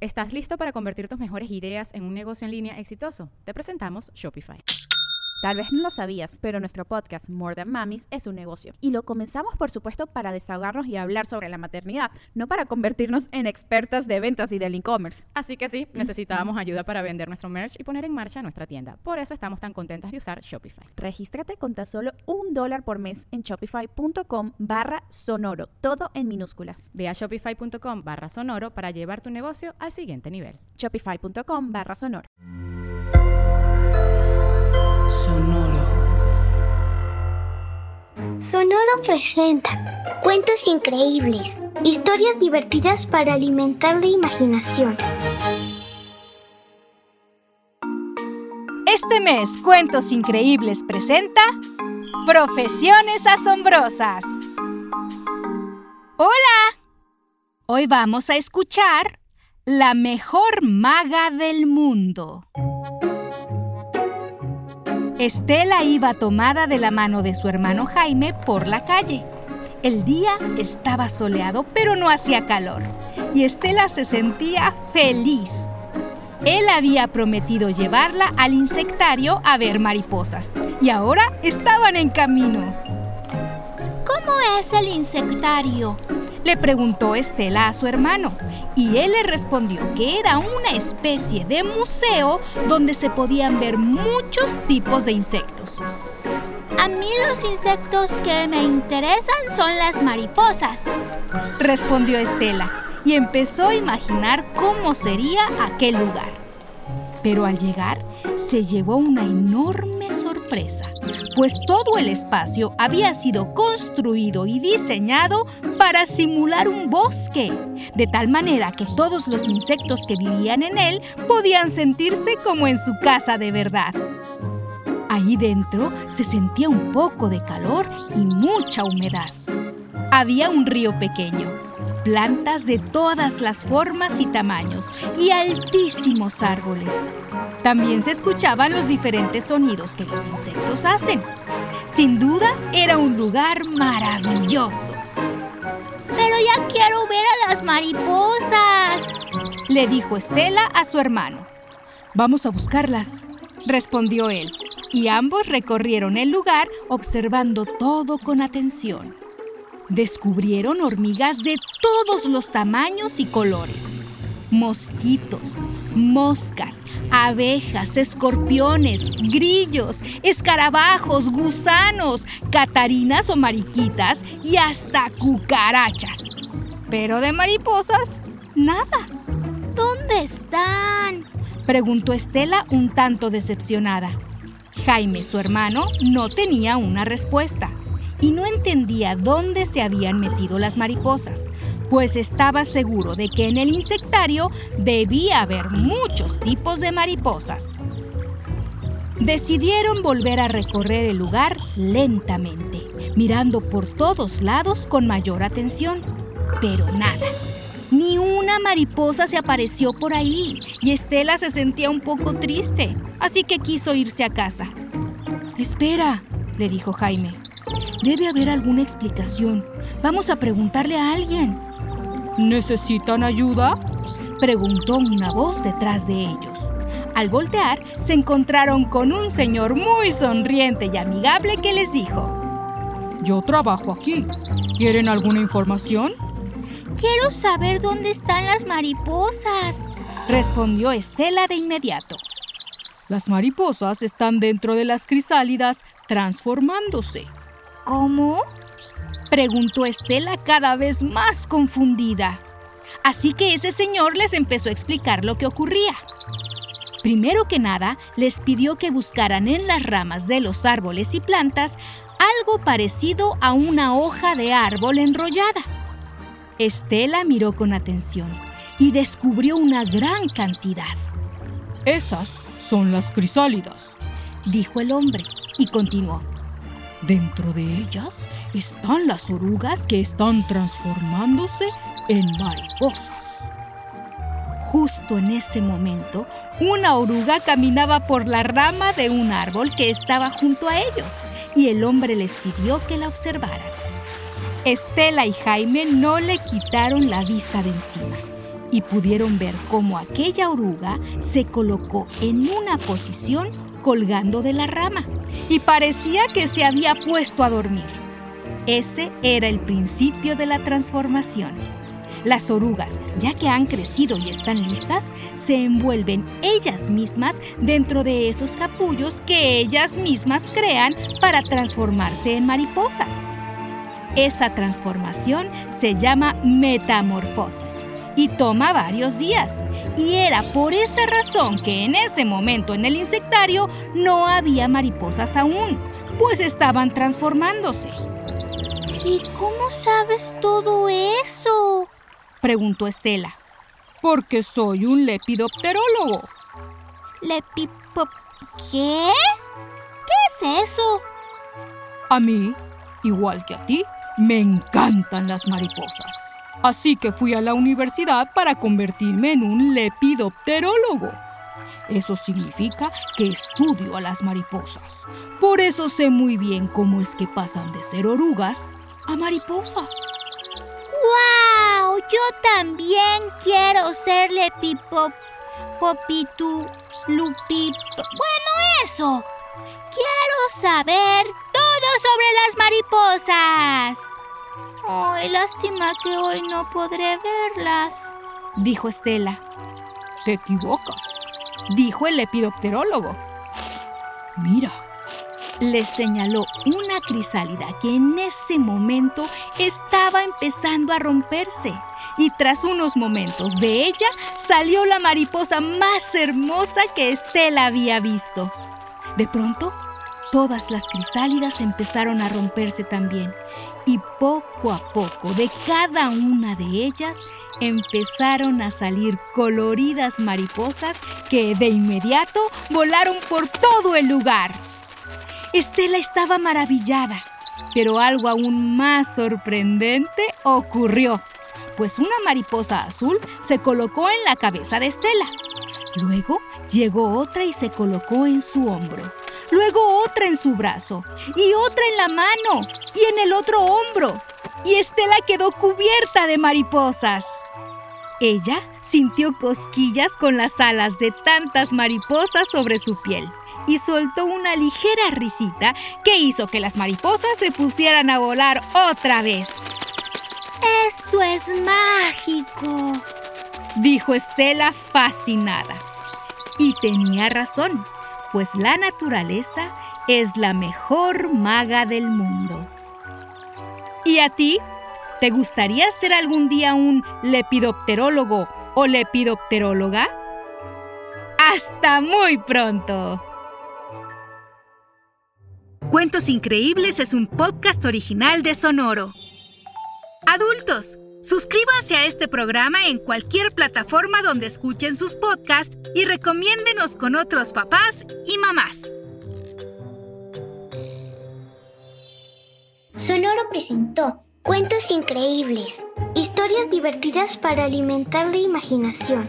¿Estás listo para convertir tus mejores ideas en un negocio en línea exitoso? Te presentamos Shopify. Tal vez no lo sabías, pero nuestro podcast More Than Mamis es un negocio. Y lo comenzamos, por supuesto, para desahogarnos y hablar sobre la maternidad, no para convertirnos en expertas de ventas y del e-commerce. Así que sí, necesitábamos ayuda para vender nuestro merch y poner en marcha nuestra tienda. Por eso estamos tan contentas de usar Shopify. Regístrate con tan solo $1 por mes en shopify.com/sonoro, todo en minúsculas. Ve a shopify.com/sonoro para llevar tu negocio al siguiente nivel. Shopify.com/sonoro. Sonoro presenta cuentos increíbles, historias divertidas para alimentar la imaginación. Este mes, Cuentos Increíbles presenta Profesiones Asombrosas. ¡Hola! Hoy vamos a escuchar La mejor maga del mundo. Estela iba tomada de la mano de su hermano Jaime por la calle. El día estaba soleado, pero no hacía calor, y Estela se sentía feliz. Él había prometido llevarla al insectario a ver mariposas, y ahora estaban en camino. ¿Cómo es el insectario?, le preguntó Estela a su hermano, y él le respondió que era una especie de museo donde se podían ver muchos tipos de insectos. A mí los insectos que me interesan son las mariposas, respondió Estela, y empezó a imaginar cómo sería aquel lugar. Pero al llegar, se llevó una enorme sorpresa, pues todo el espacio había sido construido y diseñado para simular un bosque, de tal manera que todos los insectos que vivían en él podían sentirse como en su casa de verdad. Ahí dentro se sentía un poco de calor y mucha humedad. Había un río pequeño, plantas de todas las formas y tamaños y altísimos árboles. También se escuchaban los diferentes sonidos que los insectos hacen. Sin duda, era un lugar maravilloso. ¡Pero ya quiero ver a las mariposas!, le dijo Estela a su hermano. «Vamos a buscarlas», respondió él, y ambos recorrieron el lugar observando todo con atención. Descubrieron hormigas de todos los tamaños y colores, mosquitos, moscas, abejas, escorpiones, grillos, escarabajos, gusanos, catarinas o mariquitas y hasta cucarachas. Pero de mariposas, nada. ¿Dónde están?, preguntó Estela un tanto decepcionada. Jaime, su hermano, no tenía una respuesta y no entendía dónde se habían metido las mariposas, pues estaba seguro de que en el insectario debía haber muchos tipos de mariposas. Decidieron volver a recorrer el lugar lentamente, mirando por todos lados con mayor atención, pero nada. Ni una mariposa se apareció por ahí y Estela se sentía un poco triste, así que quiso irse a casa. «Espera», le dijo Jaime. «Debe haber alguna explicación. Vamos a preguntarle a alguien». «¿Necesitan ayuda?», preguntó una voz detrás de ellos. Al voltear, se encontraron con un señor muy sonriente y amigable que les dijo: «Yo trabajo aquí. ¿Quieren alguna información?». «Quiero saber dónde están las mariposas», respondió Estela de inmediato. «Las mariposas están dentro de las crisálidas transformándose». «¿Cómo?», preguntó Estela cada vez más confundida. Así que ese señor les empezó a explicar lo que ocurría. Primero que nada, les pidió que buscaran en las ramas de los árboles y plantas algo parecido a una hoja de árbol enrollada. Estela miró con atención y descubrió una gran cantidad. «Esas son las crisálidas», dijo el hombre y continuó. «Dentro de ellas están las orugas que están transformándose en mariposas». Justo en ese momento, una oruga caminaba por la rama de un árbol que estaba junto a ellos y el hombre les pidió que la observaran. Estela y Jaime no le quitaron la vista de encima y pudieron ver cómo aquella oruga se colocó en una posición colgando de la rama y parecía que se había puesto a dormir. Ese era el principio de la transformación. Las orugas, ya que han crecido y están listas, se envuelven ellas mismas dentro de esos capullos que ellas mismas crean para transformarse en mariposas. Esa transformación se llama metamorfosis y toma varios días. Y era por esa razón que en ese momento en el insectario no había mariposas aún, pues estaban transformándose. ¿Y cómo sabes todo eso?, preguntó Estela. Porque soy un lepidopterólogo. ¿Qué? ¿Qué es eso? A mí, igual que a ti, me encantan las mariposas. Así que fui a la universidad para convertirme en un lepidopterólogo. Eso significa que estudio a las mariposas. Por eso sé muy bien cómo es que pasan de ser orugas a mariposas. ¡Wow! Yo también quiero ser Bueno, eso. Quiero saber todo sobre las mariposas. Ay, lástima que hoy no podré verlas, dijo Estela. Te equivocas, dijo el lepidopterólogo. Mira, le señaló una crisálida que en ese momento estaba empezando a romperse. Y tras unos momentos de ella salió la mariposa más hermosa que Estela había visto. De pronto, todas las crisálidas empezaron a romperse también. Y poco a poco, de cada una de ellas, empezaron a salir coloridas mariposas que de inmediato volaron por todo el lugar. Estela estaba maravillada, pero algo aún más sorprendente ocurrió, pues una mariposa azul se colocó en la cabeza de Estela. Luego llegó otra y se colocó en su hombro. Luego otra en su brazo, y otra en la mano, y en el otro hombro. Y Estela quedó cubierta de mariposas. Ella sintió cosquillas con las alas de tantas mariposas sobre su piel, y soltó una ligera risita que hizo que las mariposas se pusieran a volar otra vez. ¡Esto es mágico!, dijo Estela fascinada. Y tenía razón, pues la naturaleza es la mejor maga del mundo. ¿Y a ti? ¿Te gustaría ser algún día un lepidopterólogo o lepidopteróloga? ¡Hasta muy pronto! Cuentos Increíbles es un podcast original de Sonoro. Adultos, suscríbanse a este programa en cualquier plataforma donde escuchen sus podcasts y recomiéndenos con otros papás y mamás. Sonoro presentó Cuentos Increíbles, historias divertidas para alimentar la imaginación.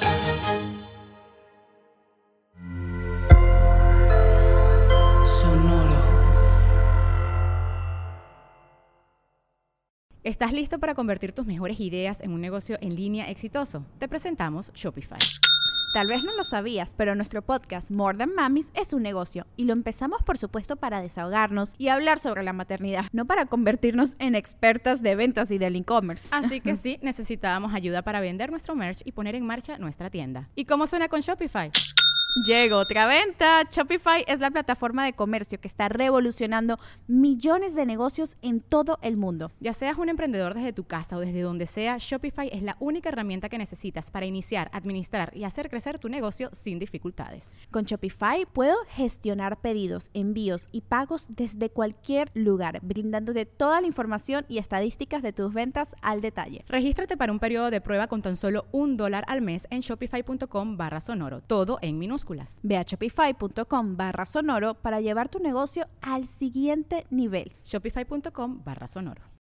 ¿Estás listo para convertir tus mejores ideas en un negocio en línea exitoso? Te presentamos Shopify. Tal vez no lo sabías, pero nuestro podcast More Than Mamis es un negocio y lo empezamos por supuesto para desahogarnos y hablar sobre la maternidad, no para convertirnos en expertas de ventas y del e-commerce. Así que sí, necesitábamos ayuda para vender nuestro merch y poner en marcha nuestra tienda. ¿Y cómo suena con Shopify? Llegó otra venta. Shopify es la plataforma de comercio que está revolucionando millones de negocios en todo el mundo. Ya seas un emprendedor desde tu casa o desde donde sea, Shopify es la única herramienta que necesitas para iniciar, administrar y hacer crecer tu negocio sin dificultades. Con Shopify puedo gestionar pedidos, envíos y pagos desde cualquier lugar, brindándote toda la información y estadísticas de tus ventas al detalle. Regístrate para un periodo de prueba con tan solo $1 al mes en shopify.com/sonoro, todo en minúsculas. Ve a shopify.com/sonoro para llevar tu negocio al siguiente nivel. Shopify.com/sonoro.